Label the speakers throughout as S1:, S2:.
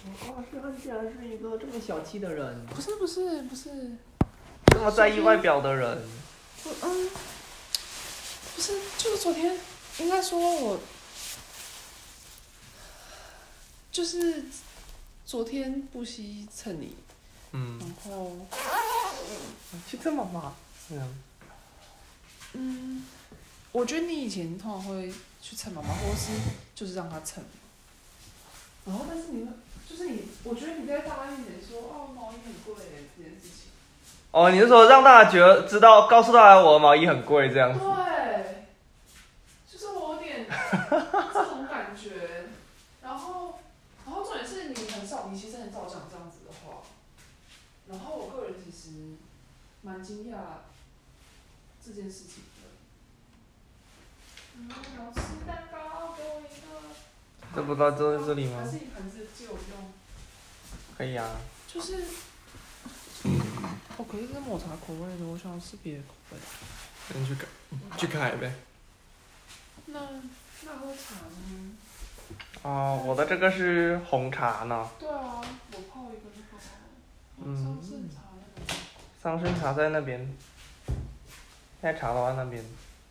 S1: 哇，诗涵竟然是一个这么小气的人。
S2: 不是，
S1: 这么在意外表的人。
S2: 不是，就是昨天，应该说我，就是昨天不惜蹭你，然后
S1: 去蹭妈妈。
S2: 我觉得你以前通常会去蹭妈妈，或者是就是让她蹭。然后，但是我觉得你在大家面前说哦毛衣很贵这件事情。
S1: 哦，你是说让大家知道，告诉大家我的毛衣很贵这样子？
S2: 对，就是我有点这种感觉。然后重点是你其实很少讲这样子的话。然后我个人其实蛮惊讶这件事情的。我要吃蛋糕，给我一个。
S1: 这不到这里吗？
S2: 还是你盘子借我用？
S1: 可以啊。
S2: 就是，可是这是抹茶口味的，我想要吃别的口味。
S1: 那你去开呗。
S2: 那喝茶呢？
S1: 哦，我的这个是红茶呢。
S2: 对啊，我泡一个就好了。桑葚茶那个。
S1: 桑葚茶在那边，现在茶都在那边。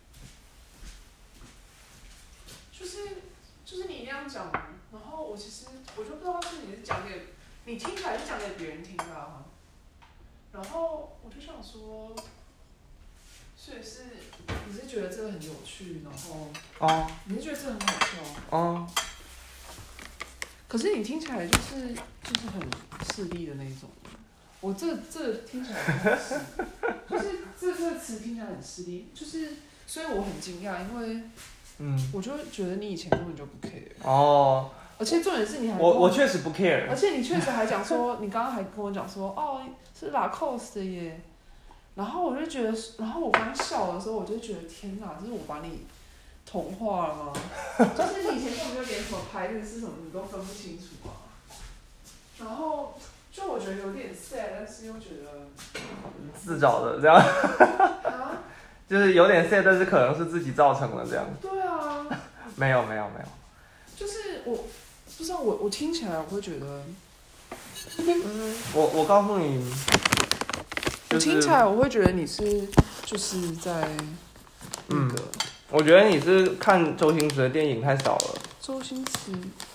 S2: 就是你那样讲，然后我就不知道是你是讲给你听还是讲给别人听的啊。然后我就想说，所以你是觉得这个很有趣，然后你是觉得这很好笑。可是你听起来就是很势利的那一种。我这听起来很势利，就是这个词听起来很势利，所以我很惊讶，因为我就觉得你以前根本就不 care。而且重点是你还
S1: 我确实不 care。
S2: 而且你确实还讲说，你刚刚还跟我讲说，是 Lacoste 的耶。然后我就觉得，然后我刚笑的时候，我就觉得天哪，这是我把你同化了吗？就是你以前根本就连什么牌子是什么你都分不清楚啊。然后就我觉得有点 sad， 但是又觉得
S1: 自找的这样。就是有点 sad， 但是可能是自己造成的这样。
S2: 对啊。
S1: 没有。
S2: 就是我不知道，我听起来我会觉得，
S1: 我告诉你。
S2: 我听起来我会觉得你就是在那个。
S1: 我觉得你是看周星驰的电影太少了。
S2: 周星驰。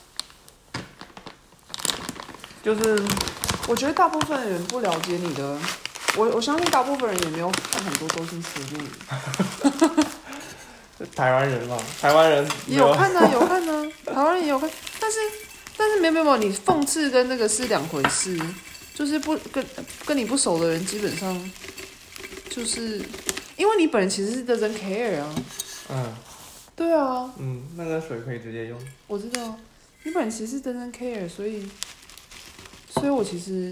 S1: 就是
S2: 我觉得大部分人不了解你的，我相信大部分人也没有看很多周星驰的电影。
S1: 台湾人嘛，台湾人
S2: 有看呢，台湾人也有看，但是没有，你讽刺跟那个是两回事，就是不跟你不熟的人基本上就是因为你本人其实是 doesn't care 啊。对啊。
S1: 那个水可以直接用。
S2: 我知道，你本人其实是 doesn't care， 所以我其实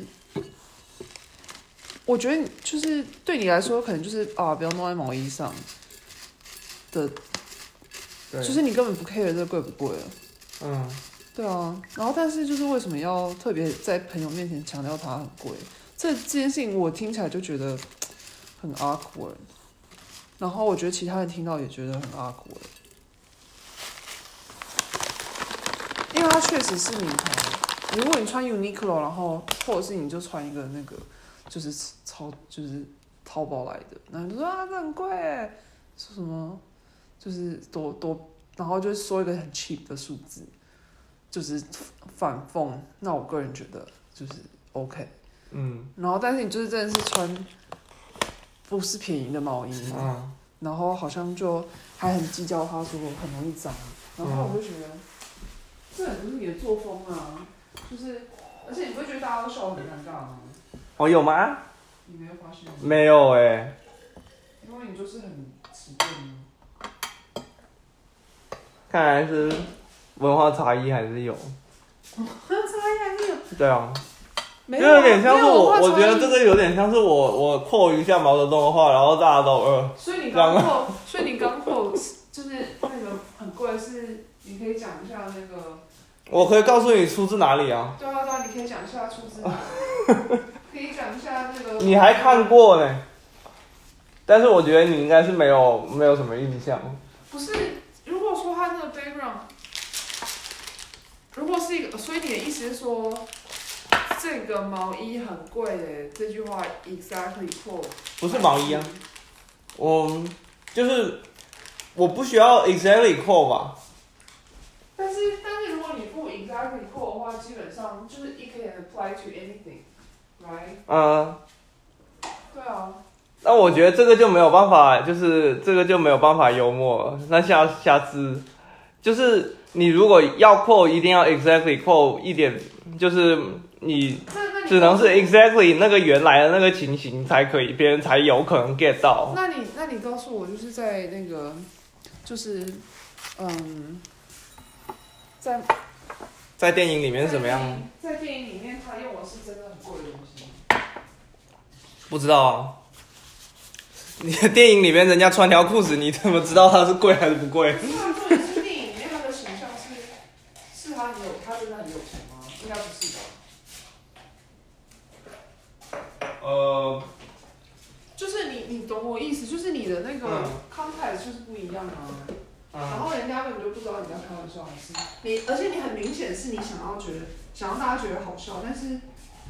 S2: 我觉得就是对你来说可能就是不要弄在毛衣上的，就是你根本不 care 这个贵不贵了。对啊。然后但是就是为什么要特别在朋友面前强调它很贵？这件事情我听起来就觉得很 awkward， 然后我觉得其他人听到也觉得很 awkward， 因为它确实是名牌。如果你穿 Uniqlo， 然后或者是你就穿一个那个就是淘宝来的，然后你就说这很贵，说什么就是多，然后就说一个很 cheap 的数字，就是反讽。那我个人觉得就是 OK。然后但是你就是真的是穿不是便宜的毛衣，然后好像就还很计较他说很容易脏，然后我就觉得这很不是你的作风啊。就是而且你不会觉得大家都笑得很尴尬吗？
S1: 有吗？
S2: 你没有发现吗？
S1: 没有
S2: 因为你就是很迟钝啊。
S1: 看来是文化差异还是有。
S2: 差异还是有。
S1: 对啊。
S2: 就
S1: 有点像是我觉得这个有点像是我quote一下毛泽东的话，然后大家都
S2: 所以你刚quote就是那个很贵，是你可以讲一下那个。
S1: 我可以告诉你出自哪里啊？
S2: 对啊，你可以讲一下出自哪里。可以讲一下那个。
S1: 你还看过呢？但是我觉得你应该是没有什么印象。
S2: 不是，如果说他那个 background， 如果是一个所以你的意思是说，这个毛衣很贵的这句话 exactly quote
S1: 不是毛衣啊，就是我不需要 exactly quote 吧。
S2: 但是如果你不 exactly quote 的话，基本上就是 it can apply to anything，right？对啊。
S1: 那我觉得这个就没有办法，就是这个就没有办法幽默了。那下次就是你如果要 quote， 一定要 exactly quote 一点，就是你只能是 exactly 那个原来的那个情形才可以，别人才有可能 get 到。
S2: 那你告诉我，就是在那个就是
S1: 在电影里面是怎么样？
S2: 在电影里面，他用的是真的很贵的东西。
S1: 不知道啊。你的电影里面人家穿条裤子，你怎么知道它是贵还是不贵？
S2: 是啊，重点是电影里面他的形象是他真的很有钱吗？应该不是吧？就是你懂我意思，就是你的那个 context 就是不一样啊。然后人家根本就不知道你在开玩笑，还是你，而且你很明显是你想让大家觉得好笑，但是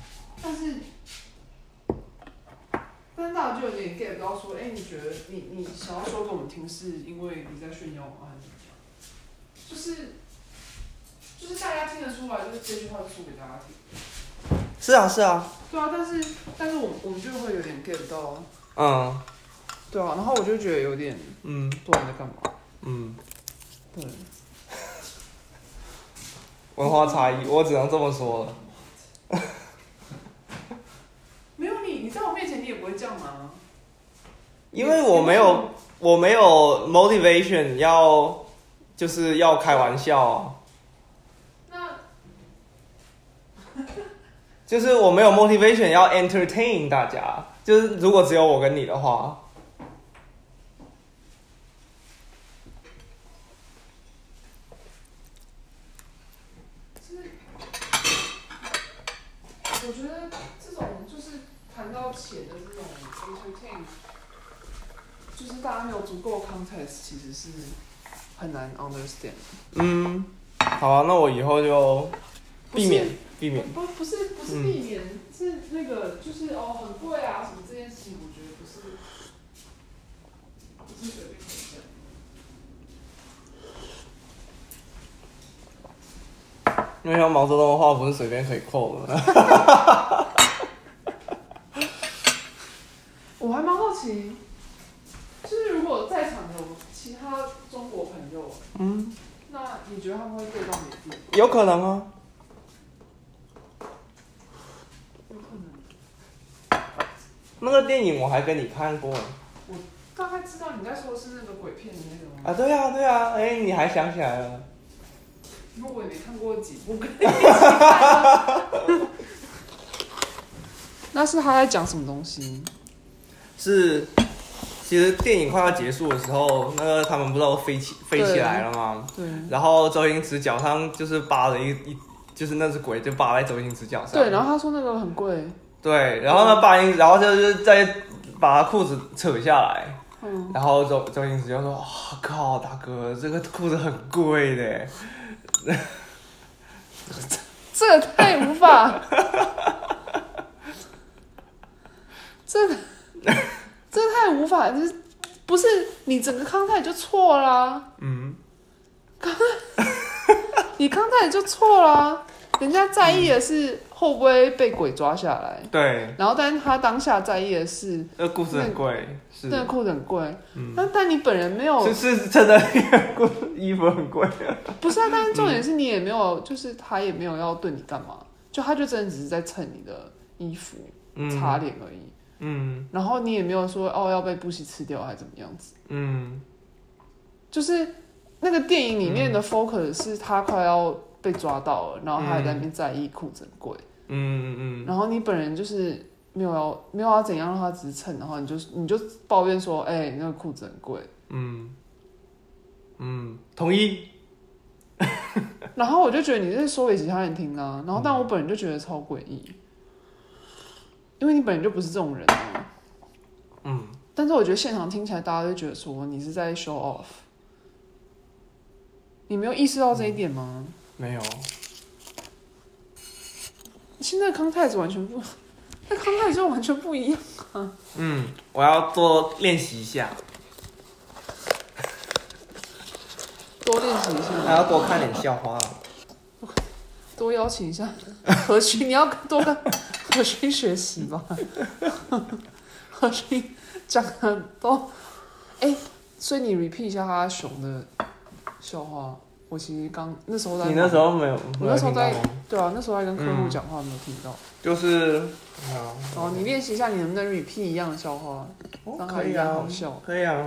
S2: 大家就有点 get 到说，你觉得你想要说给我们听，是因为你在炫耀吗，还是怎么样？就是大家听得出来，就是这句话是说给大家听。
S1: 是啊。
S2: 对啊，但是我们就会有点 get 到。对啊，然后我就觉得有点，不知道你在干嘛。对。
S1: 文化差异，我只能这么说了。
S2: 没有你在我面前你也不会这样啊。
S1: 因为我没有 motivation 就是要开玩笑啊。就是我没有 motivation 要 entertain 大家，就是如果只有我跟你的话。
S2: 我觉得这种就是谈到钱的这种 entertain， 就是大家没有足够 context， 其实是很难 understand。
S1: 好啊，那我以后就避免。
S2: 不是避免，是那个就是很贵啊什么这件事情，我觉得不是随便可以讲。
S1: 因为像毛泽东的话不是随便可以扣的。
S2: 我还蛮好奇，就是如果在场有其他中国朋友，那你觉得他们会对到缅甸？
S1: 有可能啊。那个电影我还跟你看过。
S2: 我大概知道你在说的是那个鬼片的那个吗？
S1: 对啊，你还想起来了？
S2: 因为我也没看过几部跟你一起看。那是他在讲什么东西？
S1: 其实电影快要结束的时候，那个他们不是都飞起来了吗？
S2: 对。
S1: 然后周星驰脚上就是扒了就是那只鬼就扒在周星驰脚上。
S2: 对，然后他说那个很贵。
S1: 对，然后呢，然后就是再把他裤子扯下来，然后周星驰就说：“靠，大哥，这个裤子很贵的。”
S2: 这个太无法，这太无法，不是你整个康泰就错啦。你康泰就错啦。人家在意的是会不会被鬼抓下来，
S1: 对。
S2: 然后，但是他当下在意的是
S1: 那个裤子很贵，是
S2: 那个裤子很贵。但你本人没有，
S1: 是真的，衣服很贵。
S2: 不是啊，但是重点是你也没有，就是他也没有要对你干嘛，他就真的只是在蹭你的衣服，擦脸而已。然后你也没有说要被布希吃掉还是怎么样子。就是那个电影里面的 focus 是他快要被抓到了，然后他还在那边在意裤子很贵。然后你本人就是没有要怎样让他只蹭，然后你就抱怨说，你那个裤子很贵。
S1: 同意。
S2: 然后我就觉得你是说给其他人听啊，然后但我本人就觉得超诡异，因为你本人就不是这种人啊。但是我觉得现场听起来大家就觉得说你是在 show off， 你没有意识到这一点吗？
S1: 没有。
S2: 现在康泰子完全不，那康泰就完全不一样啊。
S1: 我要多练习一下，
S2: 多练习一下，
S1: 还要多看点笑话，
S2: 多邀请一下何勋，你要多跟何勋学习吧。何勋讲的都，所以你 repeat 一下他熊的笑话。我其实那时候在，
S1: 你那时候没有，
S2: 我那时候在，对啊，那时候在跟客户讲话，没有听到。
S1: 就是，
S2: 你练习一下，你能不能 repeat 一样的笑话，让他一样好笑？
S1: 可以啊。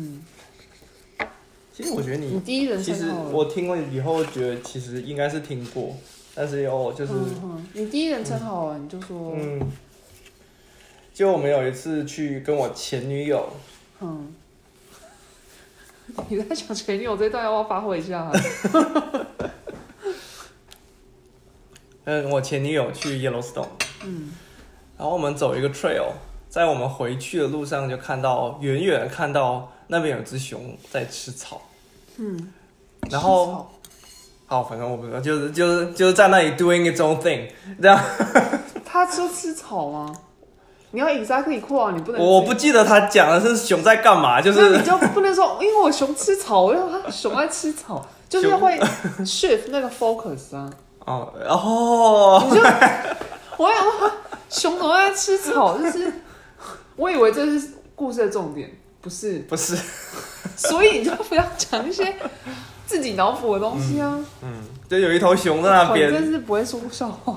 S1: 其实我觉得你
S2: 第一人称，
S1: 其实我听过以后觉得其实应该是听过，但是就是，
S2: 你第一人称好了，你就说，
S1: 就我们有一次去跟我前女友，
S2: 你在讲前女友这段要不要发挥一下？
S1: 我前女友去 Yellowstone，然后我们走一个 trail， 在我们回去的路上就远远看到那边有只熊在吃草，然后，好，反正我们就是在那里 doing its own thing， 这样。
S2: 它吃草吗？你要 exactly 扩啊，你不能。
S1: 我不记得他讲的是熊在干嘛，就是。
S2: 那你就不能说，因为我熊吃草，我要它熊在吃草，就是会 shift 那个 focus 啊。
S1: 然后。
S2: 你就，我想说，熊怎么在吃草？就是我以为这是故事的重点，不是。
S1: 不是。
S2: 所以你就不要讲一些自己脑补的东西啊。
S1: 就有一头熊在那边。
S2: 真是不会说笑话。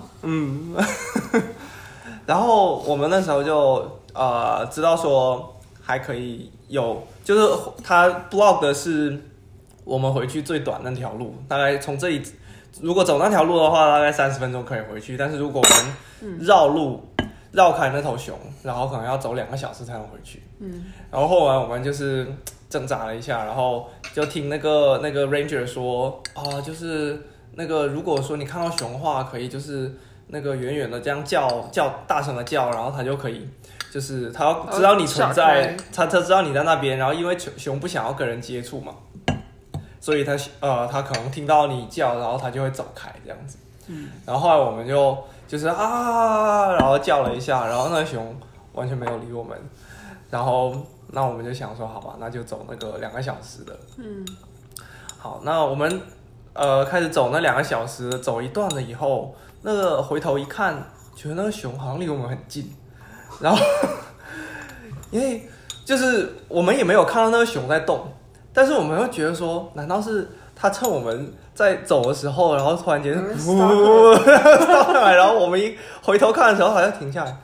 S1: 然后我们那时候就知道说还可以有，就是他 blog 的是我们回去最短那条路，大概从这里如果走那条路的话，大概30分钟可以回去。但是如果我们绕路绕开那头熊，然后可能要走2个小时才能回去。然后后来我们就是挣扎了一下，然后就听那个 ranger 说就是那个如果说你看到熊的话，可以就是那个远远的这样叫大声的叫，然后他就可以，就是他要知道你存在，他知道你在那边，然后因为熊不想要跟人接触嘛，所以他可能听到你叫，然后他就会走开这样子。然后后来我们就是然后叫了一下，然后那个熊完全没有理我们，然后那我们就想说好吧，那就走那个2个小时的。好，那我们开始走那2个小时，走一段了以后。那个回头一看，觉得那个熊好像离我们很近，然后因为就是我们也没有看到那个熊在动，但是我们又觉得说，难道是他趁我们在走的时候，然后突然间上来，然后我们一回头看的时候，他就停下来。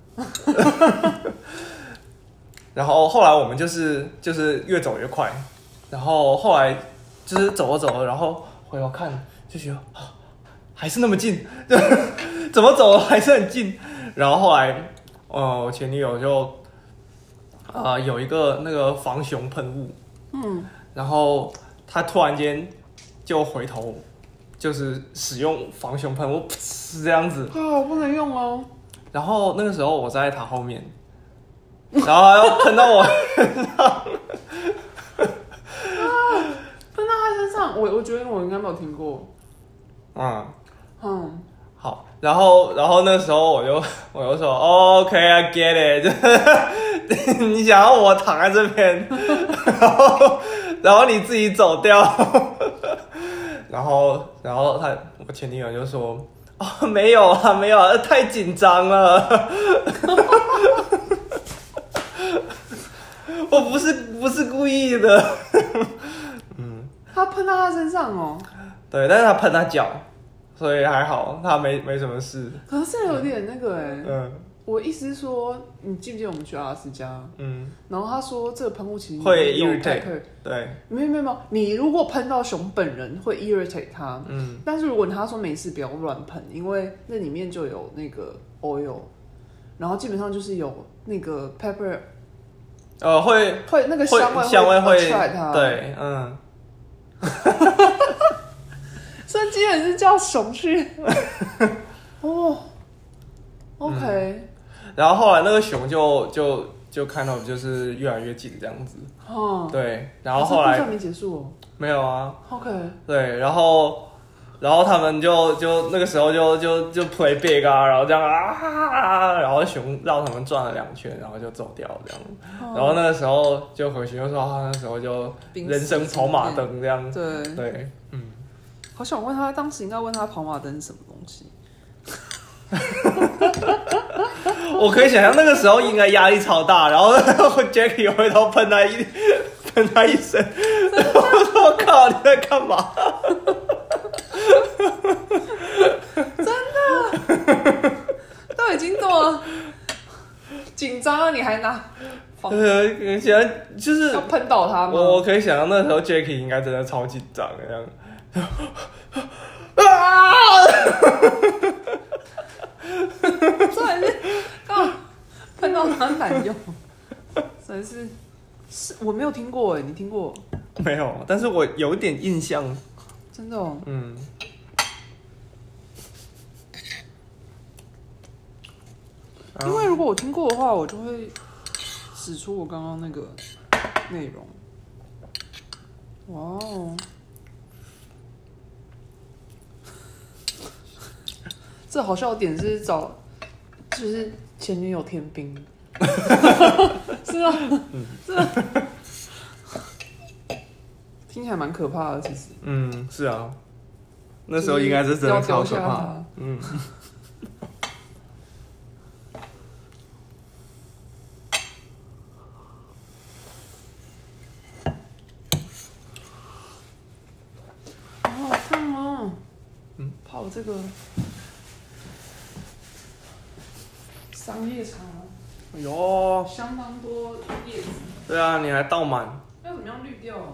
S1: 然后后来我们就是越走越快，然后后来就是走着，然后回头看就觉得还是那么近，怎么走还是很近。然后后来，我前女友就有一个那个防熊喷雾，然后她突然间就回头，就是使用防熊喷雾，这样子。
S2: 我不能用哦。
S1: 然后那个时候我在她后面，然后又喷到我身上，
S2: 喷到她身上，我觉得我应该没有听过。
S1: 好，然后那时候我就说 OK，I get it， 就是你想要我躺在这边，然后你自己走掉，然后我前女友就说没有啊，太紧张了，我不是故意的，
S2: 他喷到他身上哦，
S1: 对，但是他喷他脚。所以还好，他没什么事。
S2: 可是有点那个我意思是说，你记不记得我们去阿拉斯加？然后他说这个喷雾其实
S1: 会 irritate， 对，
S2: 没有，你如果喷到熊本人会 irritate 他，但是如果他说没事，不要乱喷，因为那里面就有那个 oil， 然后基本上就是有那个 pepper， 会那个
S1: 香味会
S2: attract 他，
S1: 对，
S2: 所以基本是叫熊去OK。
S1: 然后后来那个熊就看到就是越来越近这样子，对，然后后来
S2: 故事还没结束哦。
S1: 没有啊
S2: OK。
S1: 对，然后然后他们就那个时候就 play big 啊，然后这样啊，然后熊绕他们转了2圈，然后就走掉这样。然后那个时候就回去就说那时候就人生跑马灯这样。对，
S2: 好想问他，当时应该问他跑马灯是什么东西。
S1: 我可以想象那个时候应该压力超大，然后 Jackie 回头喷他一声，我说我靠你在干嘛？
S2: 真的，都已经这么紧张了，你还拿防？
S1: 想就是
S2: 要喷倒他吗？
S1: 我可以想象那时候 Jackie 应该真的超紧张的这样。啊！
S2: 这还是刚喷到他懒用，真是我没有听过哎，你听过？
S1: 没有，但是我有一点印象。
S2: 真的哦。因为如果我听过的话，我就会指出我刚刚那个内容。哇哦！这好笑的点是就是前女友天兵，是啊，是啊，听起来蛮可怕的，其实。
S1: 是啊，那时候应该是真的超可怕。
S2: 好烫哦！泡这个桑叶茶，
S1: 哎呦，
S2: 相当多叶子。
S1: 对啊，你还倒满。
S2: 要怎么样滤掉啊？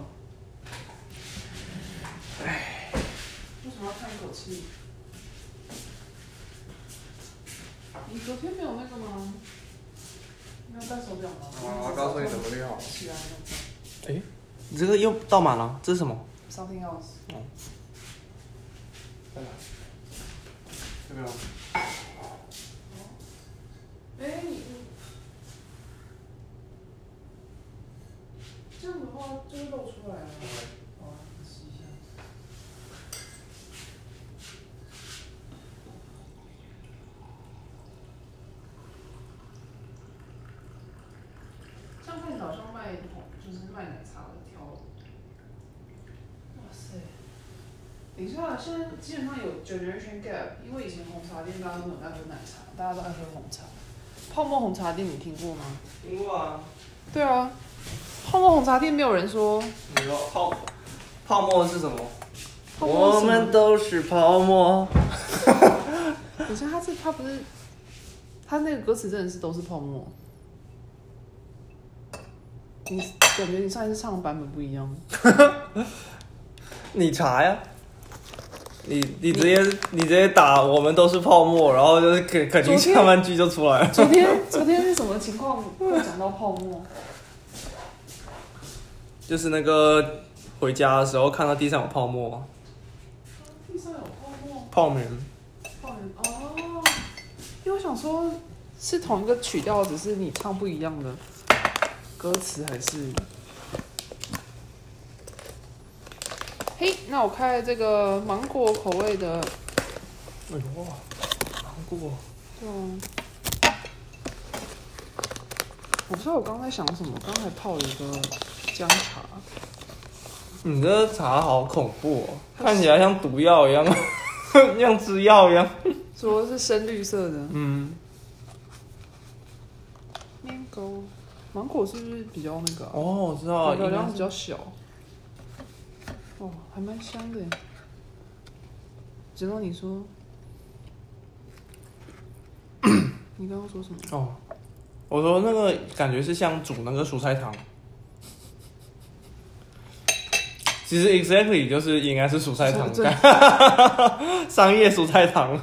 S2: 为什么要叹一口气？你昨天没有那个吗？没有戴手表吗？
S1: 我告诉你怎么滤好。
S2: 起来
S1: 哎，你这个又倒满了，这是什么
S2: ？Something else。
S1: 在哪？这个。
S2: 你这样的话就会露出来了。好，试一下。这样看起来好像就是卖奶茶的挑。哇塞！等一下，现在基本上有 generation gap， 因为以前红茶店大家都没有在喝奶茶，大家都爱喝红茶。泡沫红茶店你听过吗？
S1: 听过啊。对
S2: 啊，泡沫红茶店没有人说。
S1: 你说泡沫是什么？我们都是泡沫。
S2: 等一下，他不是，他那个歌词真的是都是泡沫。你感觉你上一次唱的版本不一样。
S1: 你查呀。你直接打我们都是泡沫，然后就是肯定下半句就出来了。
S2: 昨天是什么情况会讲到泡沫？
S1: 就是那个回家的时候看到地上有泡沫。
S2: 地上有泡沫？
S1: 泡棉
S2: 哦，因为我想说，是同一个曲调，只是你唱不一样的歌词，还是？嘿，那我开了这个芒果口味的。
S1: 哎呦，芒果。
S2: 对啊。我不知道我刚才想什么，刚才泡了一个姜茶。
S1: 你这茶好恐怖哦，看起来像毒药一样，像吃药一样。
S2: 说是深绿色的。芒果是不是比较那个？
S1: 哦，我知道，
S2: 表量比较小。哦，还蛮香的耶。直到你说，你刚刚说什么？
S1: 哦，我说那个感觉是像煮那个蔬菜汤。其实 exactly 就是应该是蔬菜汤，商业蔬菜汤。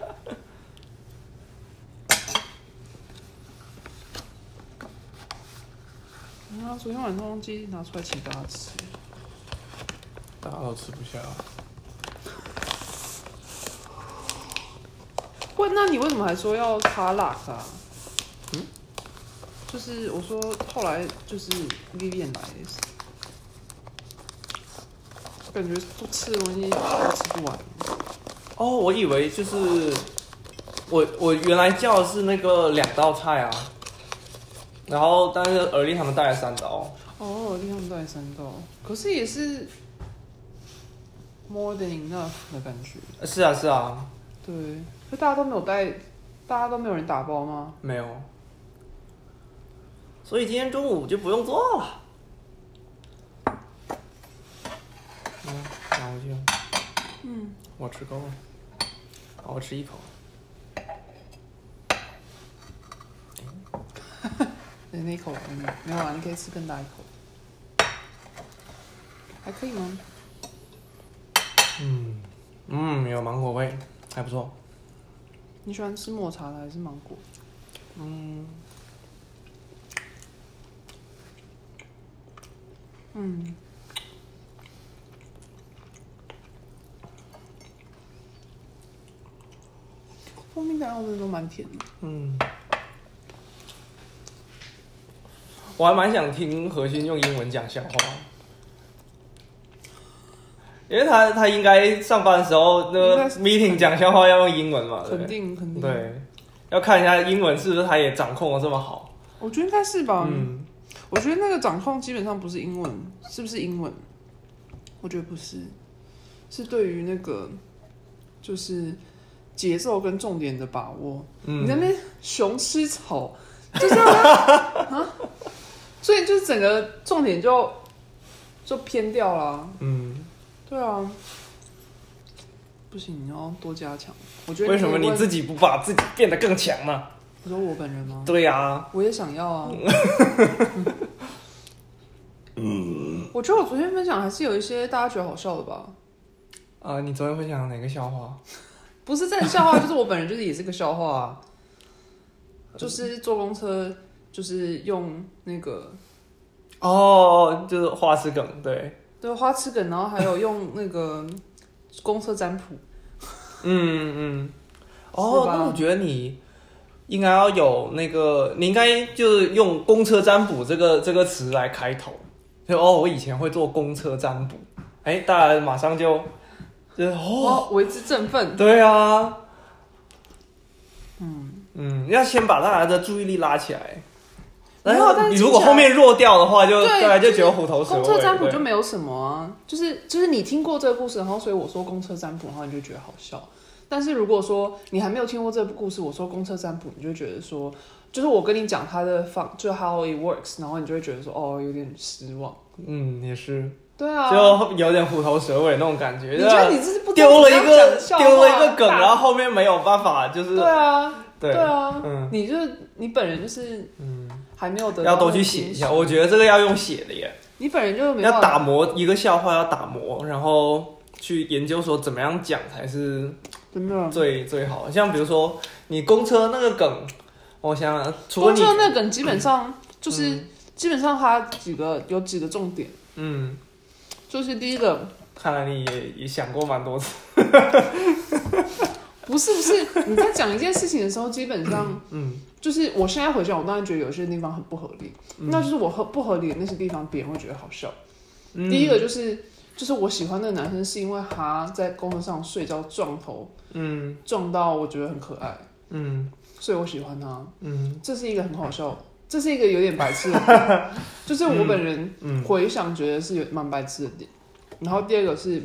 S2: 昨天晚上忘记拿出来请大家吃，
S1: 大家都吃不下。
S2: 那你为什么还说要卡辣啊？就是我说后来就是 Vivian 来的时候，感觉都吃的东西都吃不完。
S1: 哦，我以为就是我原来叫的是那个2道菜啊，然后但是尔丽他们带了3道。
S2: 哦，尔丽他们带了3道，可是也是 more than enough 的感觉。
S1: 是啊是啊。
S2: 对，可大家都没有带，大家都没有人打包吗？
S1: 没有。所以今天中午就不用做了。拿回去。我吃够了。好，我吃1口。
S2: 那一口没有啊，你可以吃更大一口。还可以吗？
S1: 有芒果味，还不错。
S2: 你喜欢吃抹茶的还是芒果？蜂蜜蛋糕真的都蛮甜的。
S1: 我还蛮想听何欣用英文讲笑话，因为他应该上班的时候那个 meeting 讲笑话要用英文嘛，
S2: 肯定。
S1: 对，要看一下英文是不是他也掌控的这么好。
S2: 我觉得应该是吧。我觉得那个掌控基本上不是英文，是不是英文？我觉得不是，是对于那个就是节奏跟重点的把握。你在那边熊吃草，就这样啊？所以就是整个重点就偏掉了。对啊，不行，你要多加强。我觉得
S1: 为什么你自己不把自己变得更强呢？
S2: 你说我本人吗？
S1: 对啊，
S2: 我也想要啊。我觉得我昨天分享还是有一些大家觉得好笑的吧。
S1: 你昨天分享哪个笑话？
S2: 不是真的笑话，就是我本人就是也是个笑话啊。就是坐公车，就是用那个
S1: 就是花痴梗，对
S2: 花痴梗，然后还有用那个公车占卜。那
S1: 我觉得你应该要有那个，你应该就是用公车占卜这个词来开头。就我以前会做公车占卜，大家马上就
S2: 为之振奋。
S1: 对啊。要先把大家的注意力拉起来。然后你如果后面弱掉的话，大家就觉得虎头蛇尾。
S2: 公车占卜就没有什么啊，就是你听过这个故事，然后所以我说公车占卜，然后你就觉得好笑。但是如果说你还没有听过这部故事，我说公车占卜，你就觉得说，就是我跟你讲它的就是 how it works， 然后你就会觉得说，有点失望。
S1: 也是。
S2: 对啊，
S1: 就有点虎头蛇尾那种感觉。
S2: 你觉得你这是不
S1: 丢了一个梗，然后后面没有办法，就是
S2: 对啊。你本人就是还没有得到，
S1: 要多去写一下。我觉得这个要用写的耶。
S2: 你本人就没
S1: 要打磨一个笑话，要打磨，然后去研究说怎么样讲才是
S2: 真的
S1: 最好。像比如说你公车那个梗，我想除了
S2: 公车那个梗基本上就是基本上它有几个重点。就是第一个，
S1: 看来你也想过蛮多次。
S2: 不是，你在讲一件事情的时候，基本上，就是我现在回想，我当然觉得有些地方很不合理，那就是我不合理的那些地方，别人会觉得好笑。第一个就是我喜欢那个男生，是因为他在公车上睡觉撞头，撞到我觉得很可爱，所以我喜欢他，这是一个很好笑，这是一个有点白痴的点，就是我本人回想觉得是蛮白痴的点。然后第二个是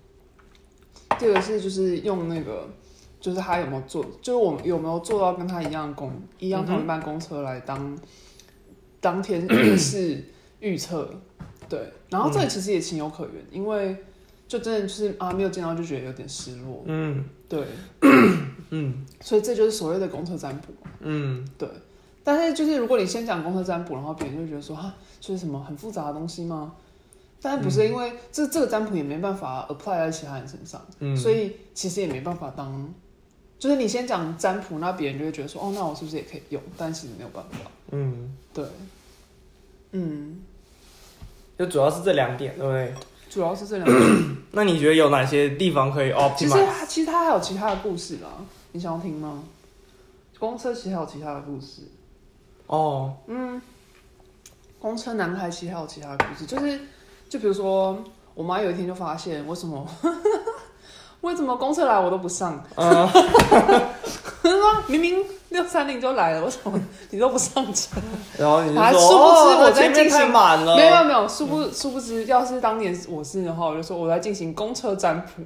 S2: 就是用那个。就是他有没有做，就是我们有没有做到跟他一样同一班公车来当天夜市预测，对，然后这个其实也情有可原，因为就真的就是没有见到就觉得有点失落，对，所以这就是所谓的公车占卜，对，但是就是如果你先讲公车占卜，然后别人就会觉得说就是什么很复杂的东西吗？但是不是因为这个占卜也没办法 apply 在其他人身上，所以其实也没办法当。就是你先讲占卜，那别人就会觉得说，那我是不是也可以用？但其实没有办法。对，
S1: 就主要是这2点，对不对？
S2: 主要是这2点。
S1: 那你觉得有哪些地方可以 optimize？
S2: 其实它还有其他的故事啦，你想要听吗？公车其实还有其他的故事。公车男孩其实还有其他的故事，就比如说，我妈有一天就发现为什么为什么公车来我都不上？明明630就来了，为什么你都不上车？
S1: 然后你就说，
S2: 殊不知我在进行
S1: 太满了。
S2: 没有，殊不知，要是当年我是的话，我就说我在进行公车占卜。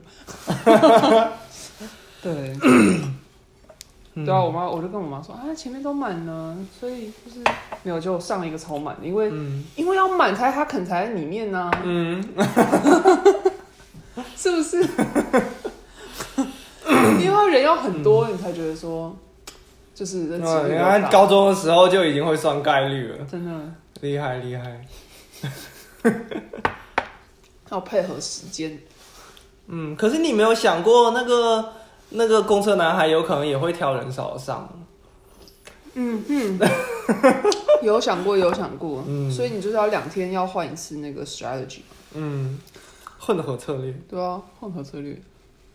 S2: 对。对啊，我就跟我妈说啊，前面都满了，所以就是没有就上了一个超满的，因为要满他肯才在里面呢、是不是？因为人要很多，你才觉得说就是人家
S1: 高中的时候就已经会算概率了，
S2: 真的
S1: 厉害。
S2: 要配合时间。
S1: 可是你没有想过那个公车男孩有可能也会挑人少的上。
S2: 有想过，所以你就是要2天要换一次那个 strategy。
S1: 混合策略。
S2: 对啊，混合策略。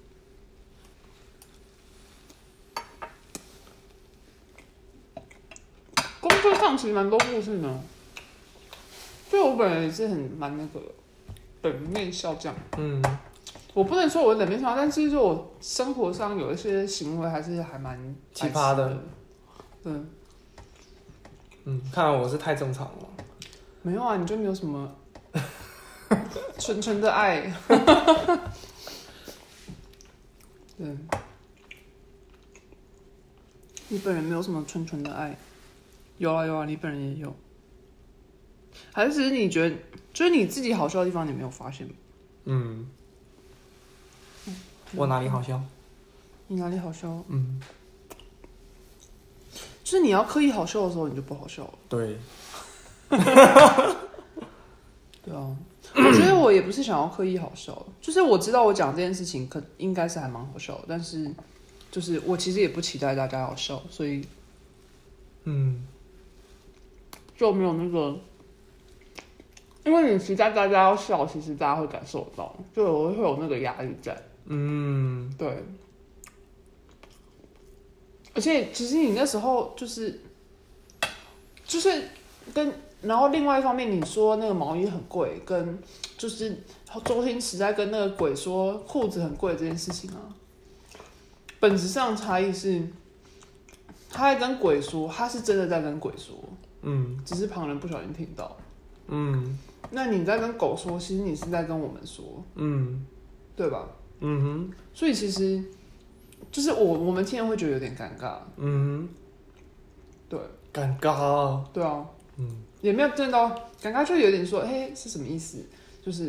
S2: 公车上其实蛮多故事的，就我本人也是蛮那个冷面笑匠。我不能说我冷面笑匠，但是就我生活上有一些行为还蛮
S1: 奇葩的。看来我是太正常了。
S2: 没有啊，你就没有什么纯纯的爱。对，你本人没有什么纯纯的爱。有啊，你本人也有。还是只是你觉得，就是你自己好笑的地方，你没有发现吗？
S1: 我哪里好笑？
S2: 你哪里好笑？就是你要刻意好笑的时候，你就不好笑了。
S1: 对。
S2: 对啊，我觉得我也不是想要刻意好笑，就是我知道我讲这件事情应该是还蛮好笑的，但是就是我其实也不期待大家好笑，所以就没有那个，因为你期待大家要笑，其实大家会感受到，就会有那个压力在。对。而且其实你那时候就是然后另外一方面，你说那个毛衣很贵，跟就是周星驰在跟那个鬼说裤子很贵这件事情啊，本质上差异是，他在跟鬼说，他是真的在跟鬼说，只是旁人不小心听到，那你在跟狗说，其实你是在跟我们说，对吧？所以其实就是我们听人会觉得有点尴尬，对，
S1: 尴尬，
S2: 对啊，也没有真到尴尬，就有点说，是什么意思？就是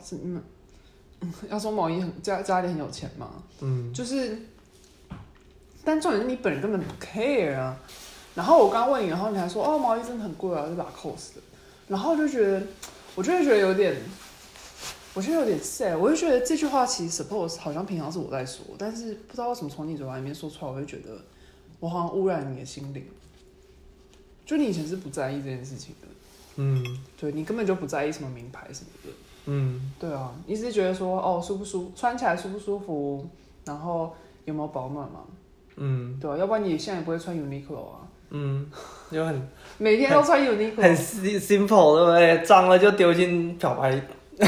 S2: 要说毛衣家里很有钱嘛，就是，但重点是你本人根本不 care 啊。然后我刚问你，然后你还说哦毛衣真的很贵啊，就把它扣死的。然后我就会觉得有点 sad， 我就觉得这句话其实 suppose 好像平常是我在说，但是不知道为什么从你嘴巴里面说出来，我会觉得我好像污染你的心灵。就你以前是不在意这件事情的，对你根本就不在意什么名牌什么的，对啊，你只是觉得说哦舒不舒服，穿起来舒不舒服，然后有没有保暖嘛，对啊，要不然你现在也不会穿 Uniqlo 啊，
S1: 就
S2: 每天都穿 Uniqlo，
S1: 很 simple 对不对？脏了就丢进漂白。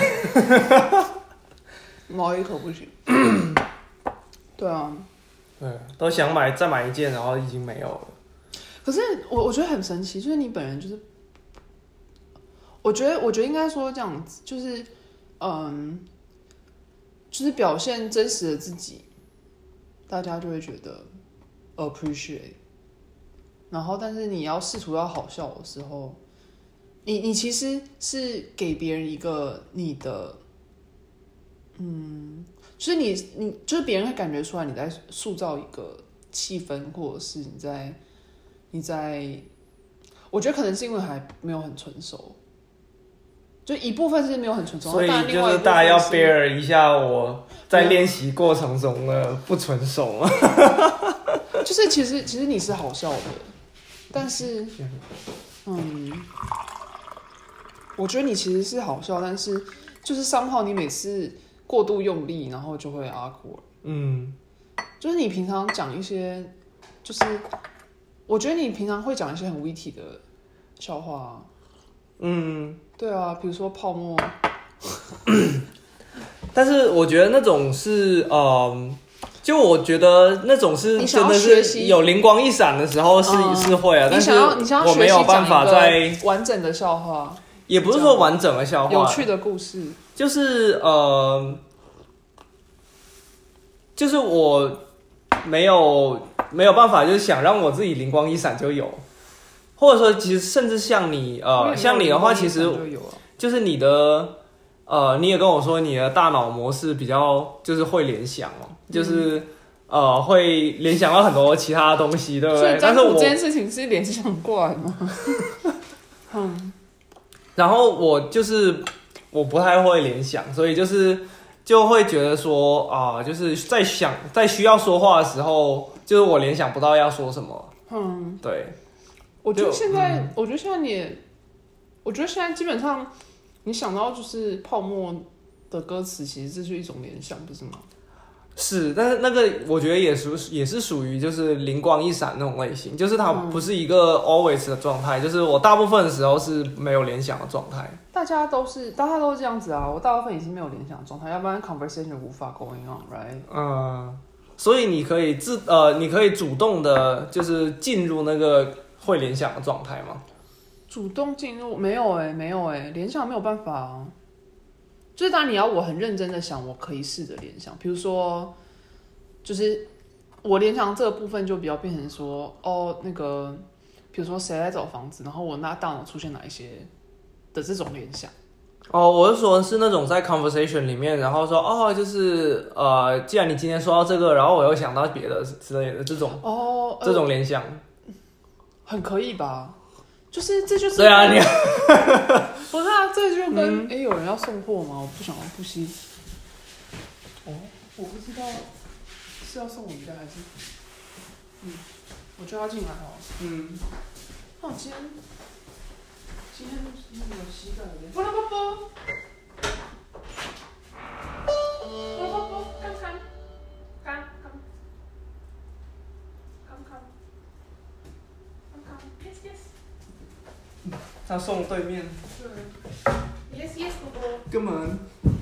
S2: 毛衣可不行，对啊，
S1: 对，都想再买一件，然后已经没有了。
S2: 可是我觉得很神奇，就是你本人就是，我觉得应该说这样子，就是就是表现真实的自己，大家就会觉得 appreciate。然后，但是你要试图要好笑的时候，你其实是给别人一个你的，就是你就是别人会感觉出来你在塑造一个气氛，或者是你在，我觉得可能是因为还没有很成熟，就一部分是没有很成熟，
S1: 所以就是大家要 bear 一下我在练习过程中的不成熟。
S2: 就是其实你是好笑的，但是我觉得你其实是好笑，但是就是somehow你每次过度用力，然后就会 awkward。就是你平常讲一些，就是我觉得你平常会讲一些很 witty 的笑话啊。对啊，比如说泡沫，
S1: 但是我觉得那种是就我觉得那种是真的是有灵光一闪的时候是会啊，但是我没有办法在
S2: 完整的笑话，
S1: 也不是说完整的笑话，
S2: 有趣的故事，
S1: 就是就是我没有办法，就是想让我自己灵光一闪就有，或者说其实甚至像你像你的话，其实就是你的你也跟我说你的大脑模式比较就是会联想哦，就是会联想到很多其他的东西，对不对？但是我
S2: 这件事情是联想过来吗？
S1: 然后我就是我不太会联想，所以就会觉得说就是在需要说话的时候，就是我联想不到要说什么。对。
S2: 我觉得现在基本上，你想到就是泡沫的歌词，其实这是一种联想，不是吗？
S1: 是，但是那个我觉得也是属于就是灵光一闪那种类型，就是它不是一个 always 的状态，就是我大部分的时候是没有联想的状态。
S2: 大家都是这样子啊，我大部分已经没有联想的状态，要不然 conversation 无法 going on，right？
S1: 所以你可以主动的，就是进入那个会联想的状态吗？
S2: 主动进入没有联想没有办法啊。就是当然你要我很认真的想，我可以试着联想，比如说，就是我联想这个部分就比较变成说，那个，比如说谁在找房子，然后我大脑出现哪一些的这种联想。
S1: 我是说是那种在 conversation 里面，然后说就是既然你今天说到这个，然后我又想到别的之类的这种这种联想，
S2: 很可以吧？就是这就是
S1: 对啊，你
S2: 不是啊，这就跟有人要送货吗？我不想要不惜。我不知道是要送我们家还是我就要进来哦。那我今天那个膝盖有点。不，看。
S1: 他送对面。
S2: 对。Yes, 宝宝。
S1: 根本。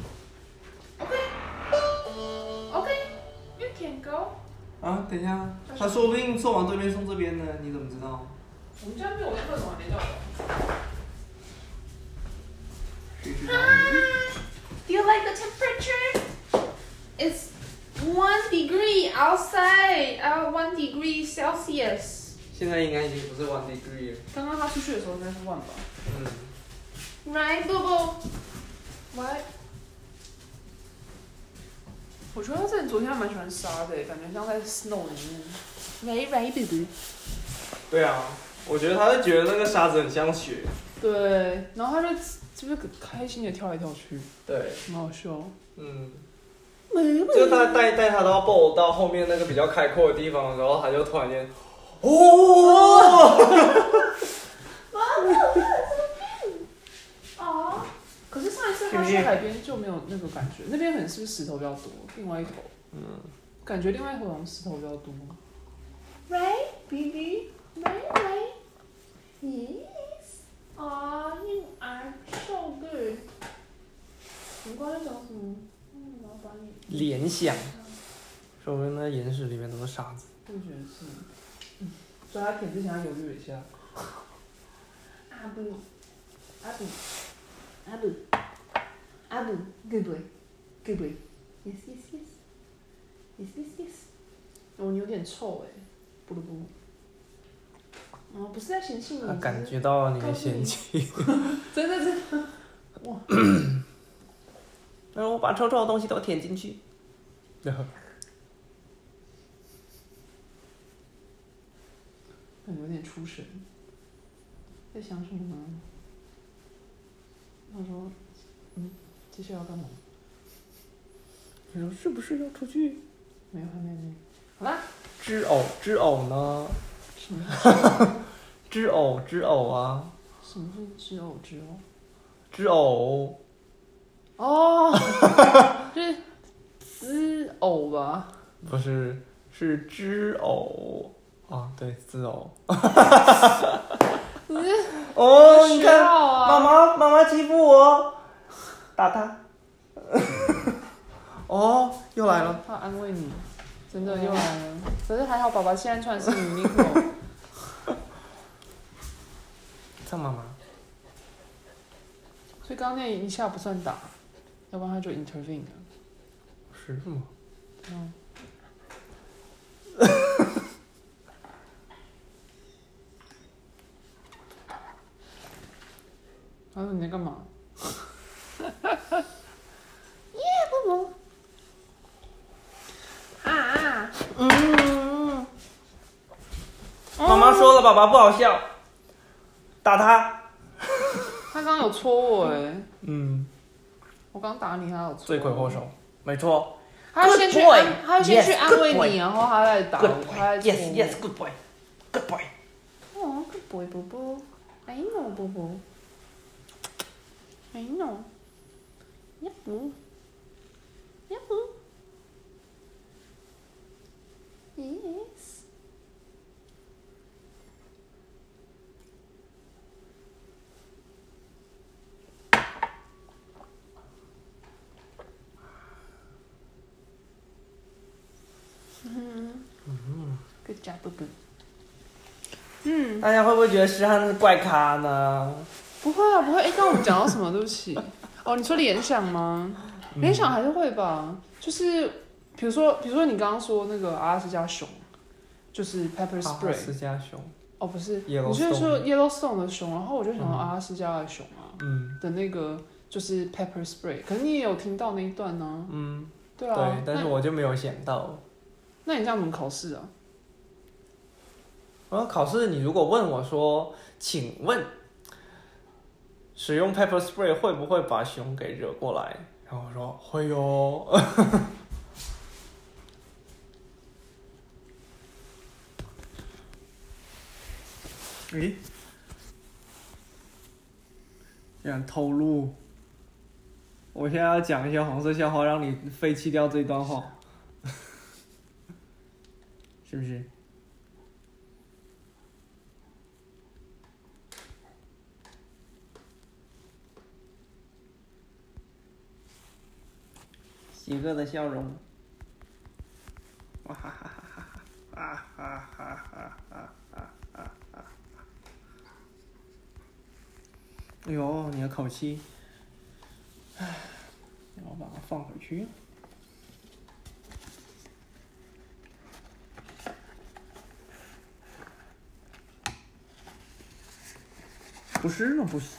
S2: Okay, you can go.
S1: 等一下，他说不定送完对面送这边呢，你怎么知道？
S2: 我们家没有人会玩联叫的。
S3: Do you like the temperature? It's 1 degree outside, 1 degree Celsius.
S1: 现在应该已经不是1 degree 了。
S2: 刚刚他出去的时候应该是1吧。
S3: Right, Bobo?
S2: What? 我觉得他这人昨天还蛮喜欢沙的，感觉像在 snow 里面。
S3: Right, Bobo.
S1: 对啊，我觉得他是觉得那个沙子很像雪。
S2: 对，然后他就是开心的跳来跳去。
S1: 对，
S2: 很好笑。
S1: 就他带他到后面那个比较开阔的地方的时候，他就突然间，
S2: 可是上一次他去海边就没有那个感觉，那边可能是不是石头比较多？另外一头，感觉另外一头好像石头比较多。
S3: Right, baby? Right. Yes. You are so good.
S2: 你刚才讲什么？我要把你
S1: 联想，说明那岩石里面都是沙子。
S2: 我觉得是。所以他舔之前他犹豫了一下。
S3: 阿布 good boy. Yes.
S2: 你有点臭不噜不。不是在嫌弃你。
S1: 他感觉到了你的嫌弃。
S2: 真的。哇。
S1: 然后我把臭臭的东西都舔进去。
S2: 有点出神，在想什么呢？他说：“接下来要干嘛？”
S1: 你说是不是要出去？
S2: 没有，还没。好啦。
S1: 知偶呢？
S2: 什么？
S1: 知偶啊！
S2: 什么是知偶？
S1: 知偶。
S2: 是知偶吧？
S1: 不是，是知偶。对，知偶。你看，妈妈欺负我，打他。 哦，又来了。
S2: 他安慰你，真的又来了。可是还好，爸爸现在穿的是 Uniqlo。
S1: 唱妈妈。
S2: 所以刚刚那一下不算打，要不然他就 intervene 了。
S1: 是吗？
S2: 嗯。他说你在干嘛？
S3: 耶，不不。啊。
S1: 妈妈说了，爸爸不好笑，打他。
S2: 他刚刚有戳我哎。
S1: 嗯。
S2: 我刚打你，他有戳我。
S1: 罪魁祸首，没错。
S2: 他要先去
S1: Good boy.
S2: 他要先去
S1: Yes,
S2: 安慰
S1: good boy.
S2: 你，然后他再打
S1: Good
S2: 我，
S1: boy.
S2: 他再戳
S1: Yes,
S2: 我。
S1: yes, good boy. Good boy.
S3: Oh, good boy, boo boo. I know, boo boo. I know. Yep, boo. Yep, boo. Yes. Good job, boo boo.
S1: 大家会不会觉得诗翰是怪咖呢？
S2: 不会啊，不会。刚刚我们讲到什么？对不起。哦，你说联想吗？联想还是会吧。就是比如说你刚刚说那个阿拉斯加熊，就是 pepper spray。
S1: 阿拉斯加熊。
S2: 哦，不是，你
S1: Yellowstone
S2: 就是说 Yellowstone 的熊，然后我就想到阿拉斯加的熊啊，
S1: 嗯
S2: 的那个就是 pepper spray。可是你也有听到那一段呢。
S1: 嗯，
S2: 对啊。
S1: 对，但是我就没有想到。
S2: 那你这样怎么考试啊？
S1: 然后考试，你如果问我说，请问使用 pepper spray 会不会把熊给惹过来？然后我说会哟。诶，这样透露，我现在要讲一些黄色笑话，让你废弃掉这段话，是不是？邪恶的笑容，哇哈哈哈哈哈哈哈哈哈！哎呦，你的口气，唉，我把它放回去。不是呢，不行。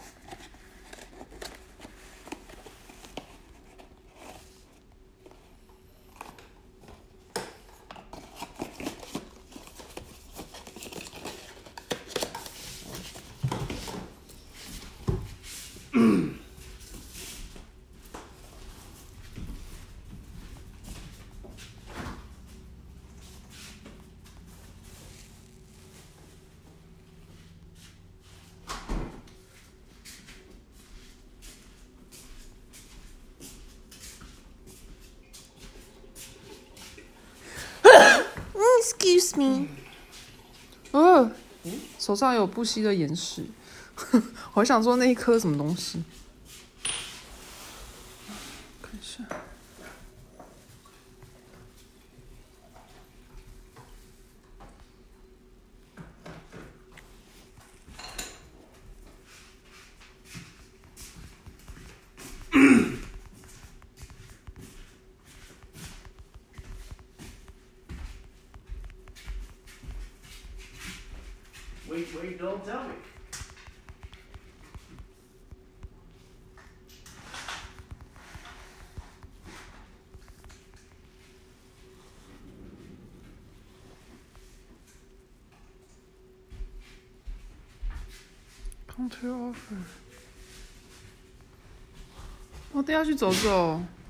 S3: Excuse me.
S2: 手上有不吸的岩石，我想说那一颗什么东西。看一下。
S1: Wait, don't tell me.
S2: Counter offer。我等下去走走。